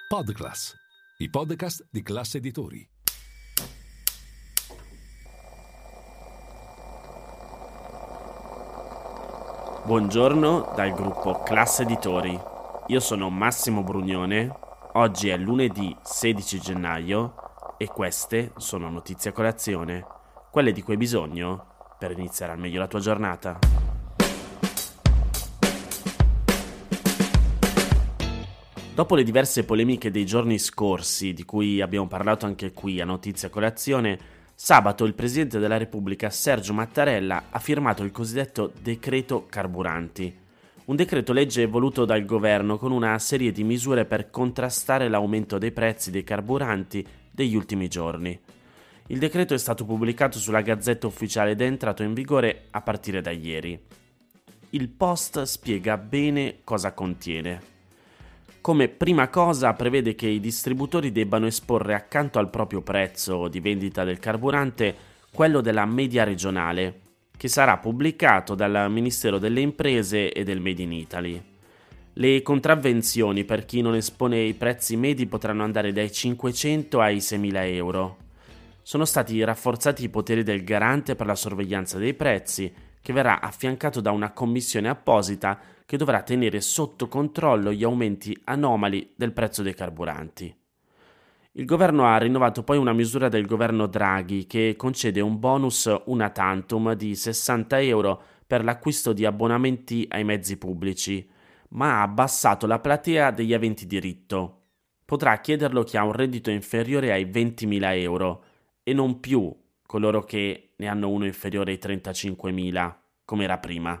Podclass, i podcast di Classe Editori. Buongiorno dal gruppo Classe Editori. Io sono Massimo Brugnone. Oggi è lunedì 16 gennaio e queste sono notizie a colazione, quelle di cui hai bisogno per iniziare al meglio la tua giornata. Dopo le diverse polemiche dei giorni scorsi, di cui abbiamo parlato anche qui a Notizie a Colazione, sabato il Presidente della Repubblica Sergio Mattarella ha firmato il cosiddetto Decreto Carburanti, un decreto legge voluto dal governo con una serie di misure per contrastare l'aumento dei prezzi dei carburanti degli ultimi giorni. Il decreto è stato pubblicato sulla Gazzetta Ufficiale ed è entrato in vigore a partire da ieri. Il post spiega bene cosa contiene. Come prima cosa prevede che i distributori debbano esporre accanto al proprio prezzo di vendita del carburante quello della media regionale, che sarà pubblicato dal Ministero delle Imprese e del Made in Italy. Le contravvenzioni per chi non espone i prezzi medi potranno andare dai 500 ai 6.000 euro. Sono stati rafforzati i poteri del garante per la sorveglianza dei prezzi, che verrà affiancato da una commissione apposita che dovrà tenere sotto controllo gli aumenti anomali del prezzo dei carburanti. Il governo ha rinnovato poi una misura del governo Draghi che concede un bonus una tantum di 60 euro per l'acquisto di abbonamenti ai mezzi pubblici, ma ha abbassato la platea degli aventi diritto. Potrà chiederlo chi ha un reddito inferiore ai 20.000 euro e non più coloro che ne hanno uno inferiore ai 35.000, come era prima.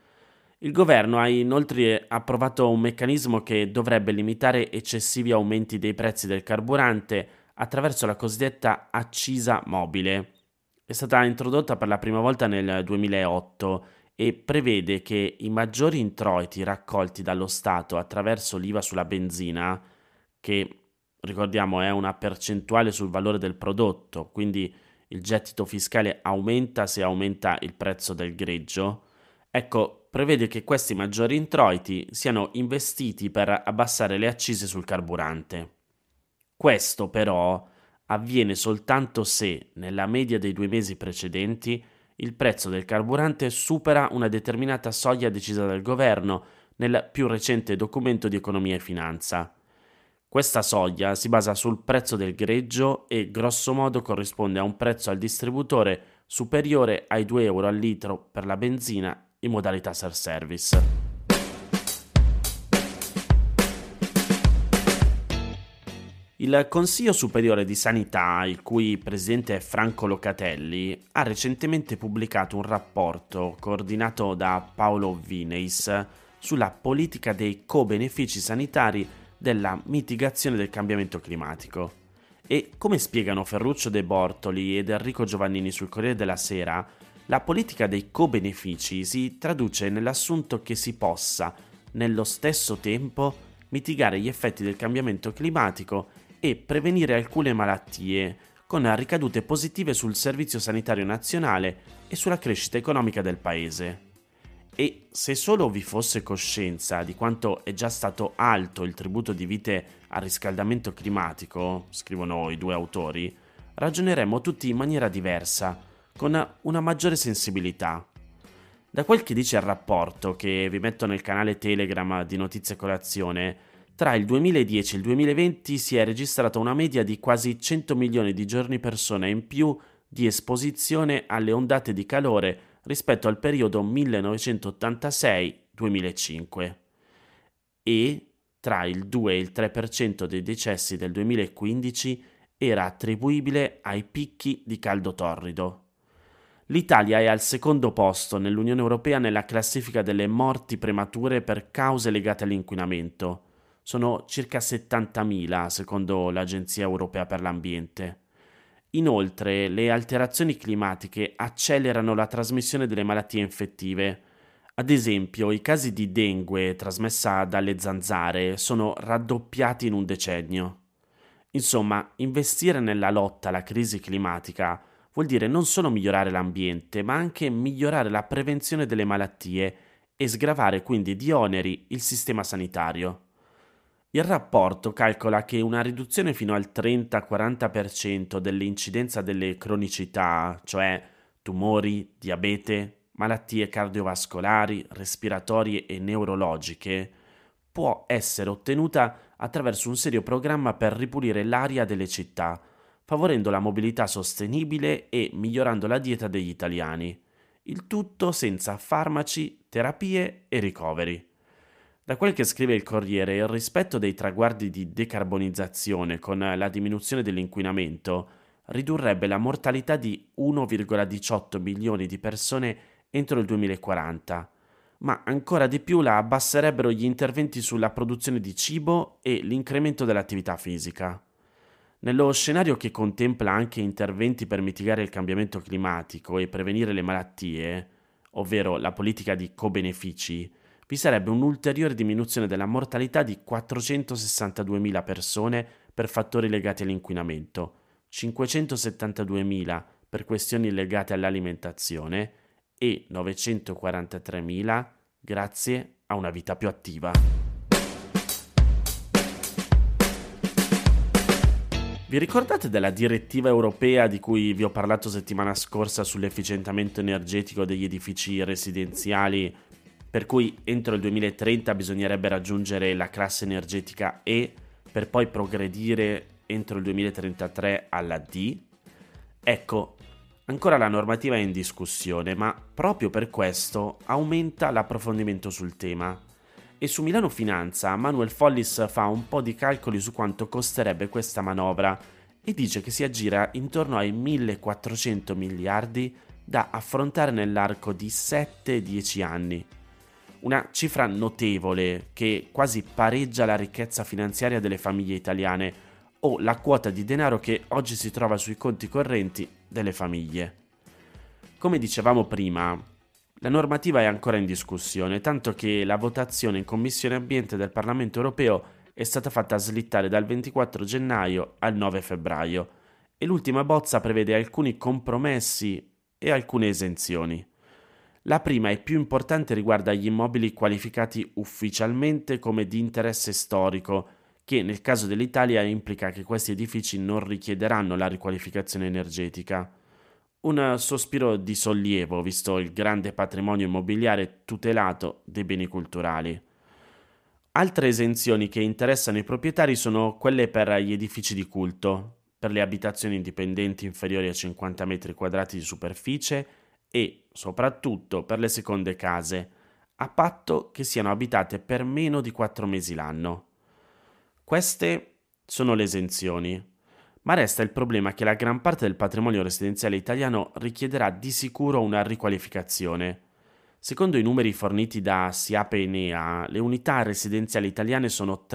Il governo ha inoltre approvato un meccanismo che dovrebbe limitare eccessivi aumenti dei prezzi del carburante attraverso la cosiddetta accisa mobile. È stata introdotta per la prima volta nel 2008 e prevede che i maggiori introiti raccolti dallo Stato attraverso l'IVA sulla benzina, che ricordiamo è una percentuale sul valore del prodotto, quindi il gettito fiscale aumenta se aumenta il prezzo del greggio, prevede che questi maggiori introiti siano investiti per abbassare le accise sul carburante. Questo però avviene soltanto se, nella media dei 2 mesi precedenti, il prezzo del carburante supera una determinata soglia decisa dal governo nel più recente documento di economia e finanza. Questa soglia si basa sul prezzo del greggio e grosso modo corrisponde a un prezzo al distributore superiore ai 2 euro al litro per la benzina in modalità self-service. Il Consiglio Superiore di Sanità, il cui presidente è Franco Locatelli, ha recentemente pubblicato un rapporto coordinato da Paolo Vineis sulla politica dei co-benefici sanitari della mitigazione del cambiamento climatico. E come spiegano Ferruccio De Bortoli ed Enrico Giovannini sul Corriere della Sera, la politica dei co-benefici si traduce nell'assunto che si possa, nello stesso tempo, mitigare gli effetti del cambiamento climatico e prevenire alcune malattie, con ricadute positive sul Servizio Sanitario Nazionale e sulla crescita economica del Paese. E se solo vi fosse coscienza di quanto è già stato alto il tributo di vite al riscaldamento climatico, scrivono i due autori, ragioneremmo tutti in maniera diversa, con una maggiore sensibilità. Da quel che dice il rapporto, che vi metto nel canale Telegram di Notizie Colazione, tra il 2010 e il 2020 si è registrata una media di quasi 100 milioni di giorni persona in più di esposizione alle ondate di calore rispetto al periodo 1986-2005 e tra il 2 e il 3% dei decessi del 2015 era attribuibile ai picchi di caldo torrido. L'Italia è al secondo posto nell'Unione Europea nella classifica delle morti premature per cause legate all'inquinamento. Sono circa 70.000 secondo l'Agenzia Europea per l'Ambiente. Inoltre, le alterazioni climatiche accelerano la trasmissione delle malattie infettive. Ad esempio, i casi di dengue trasmessa dalle zanzare sono raddoppiati in un decennio. Insomma, investire nella lotta alla crisi climatica vuol dire non solo migliorare l'ambiente, ma anche migliorare la prevenzione delle malattie e sgravare quindi di oneri il sistema sanitario. Il rapporto calcola che una riduzione fino al 30-40% dell'incidenza delle cronicità, cioè tumori, diabete, malattie cardiovascolari, respiratorie e neurologiche, può essere ottenuta attraverso un serio programma per ripulire l'aria delle città, favorendo la mobilità sostenibile e migliorando la dieta degli italiani. Il tutto senza farmaci, terapie e ricoveri. Da quel che scrive il Corriere, il rispetto dei traguardi di decarbonizzazione con la diminuzione dell'inquinamento ridurrebbe la mortalità di 1,18 milioni di persone entro il 2040, ma ancora di più la abbasserebbero gli interventi sulla produzione di cibo e l'incremento dell'attività fisica. Nello scenario che contempla anche interventi per mitigare il cambiamento climatico e prevenire le malattie, ovvero la politica di co-benefici, vi sarebbe un'ulteriore diminuzione della mortalità di 462.000 persone per fattori legati all'inquinamento, 572.000 per questioni legate all'alimentazione e 943.000 grazie a una vita più attiva. Vi ricordate della direttiva europea di cui vi ho parlato settimana scorsa sull'efficientamento energetico degli edifici residenziali, per cui entro il 2030 bisognerebbe raggiungere la classe energetica E per poi progredire entro il 2033 alla D? Ecco, ancora la normativa è in discussione, ma proprio per questo aumenta l'approfondimento sul tema. E su Milano Finanza Manuel Follis fa un po' di calcoli su quanto costerebbe questa manovra e dice che si aggira intorno ai 1.400 miliardi da affrontare nell'arco di 7-10 anni. Una cifra notevole che quasi pareggia la ricchezza finanziaria delle famiglie italiane o la quota di denaro che oggi si trova sui conti correnti delle famiglie. Come dicevamo prima, la normativa è ancora in discussione, tanto che la votazione in Commissione Ambiente del Parlamento Europeo è stata fatta slittare dal 24 gennaio al 9 febbraio e l'ultima bozza prevede alcuni compromessi e alcune esenzioni. La prima e più importante riguarda gli immobili qualificati ufficialmente come di interesse storico, che nel caso dell'Italia implica che questi edifici non richiederanno la riqualificazione energetica. Un sospiro di sollievo, visto il grande patrimonio immobiliare tutelato dei beni culturali. Altre esenzioni che interessano i proprietari sono quelle per gli edifici di culto, per le abitazioni indipendenti inferiori a 50 metri quadrati di superficie e, soprattutto, per le seconde case, a patto che siano abitate per meno di 4 mesi l'anno. Queste sono le esenzioni, ma resta il problema che la gran parte del patrimonio residenziale italiano richiederà di sicuro una riqualificazione. Secondo i numeri forniti da SIAPE e NEA, le unità residenziali italiane sono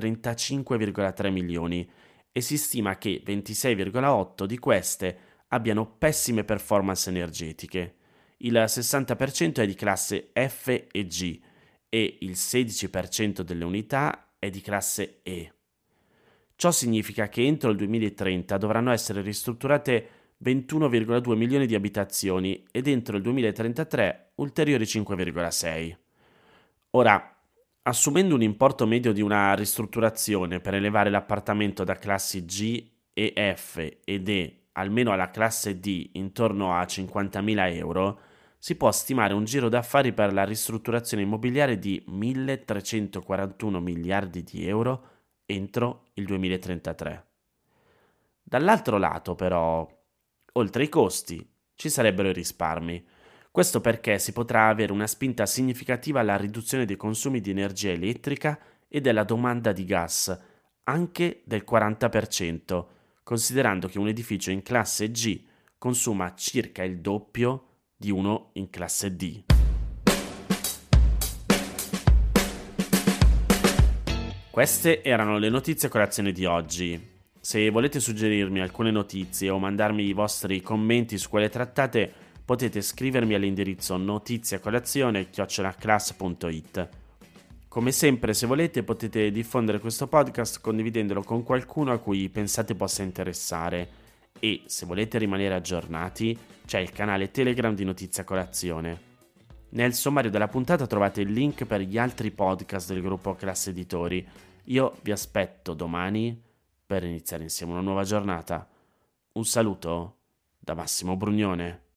35,3 milioni e si stima che 26,8 di queste abbiano pessime performance energetiche. Il 60% è di classe F e G e il 16% delle unità è di classe E. Ciò significa che entro il 2030 dovranno essere ristrutturate 21,2 milioni di abitazioni ed entro il 2033 ulteriori 5,6. Ora, assumendo un importo medio di una ristrutturazione per elevare l'appartamento da classi G e F ed E almeno alla classe D intorno a 50.000 euro, si può stimare un giro d'affari per la ristrutturazione immobiliare di 1.341 miliardi di euro entro il 2033. Dall'altro lato, però, oltre ai costi, ci sarebbero i risparmi. Questo perché si potrà avere una spinta significativa alla riduzione dei consumi di energia elettrica e della domanda di gas, anche del 40%, considerando che un edificio in classe G consuma circa il doppio di uno in classe D. Queste erano le notizie a colazione di oggi. Se volete suggerirmi alcune notizie o mandarmi i vostri commenti su quelle trattate, potete scrivermi all'indirizzo notiziacolazione@class.it. Come sempre, se volete, potete diffondere questo podcast condividendolo con qualcuno a cui pensate possa interessare. E se volete rimanere aggiornati, c'è il canale Telegram di Notizia Colazione. Nel sommario della puntata trovate il link per gli altri podcast del gruppo Class Editori Io vi aspetto domani per iniziare insieme una nuova giornata. Un saluto da Massimo Brugnone.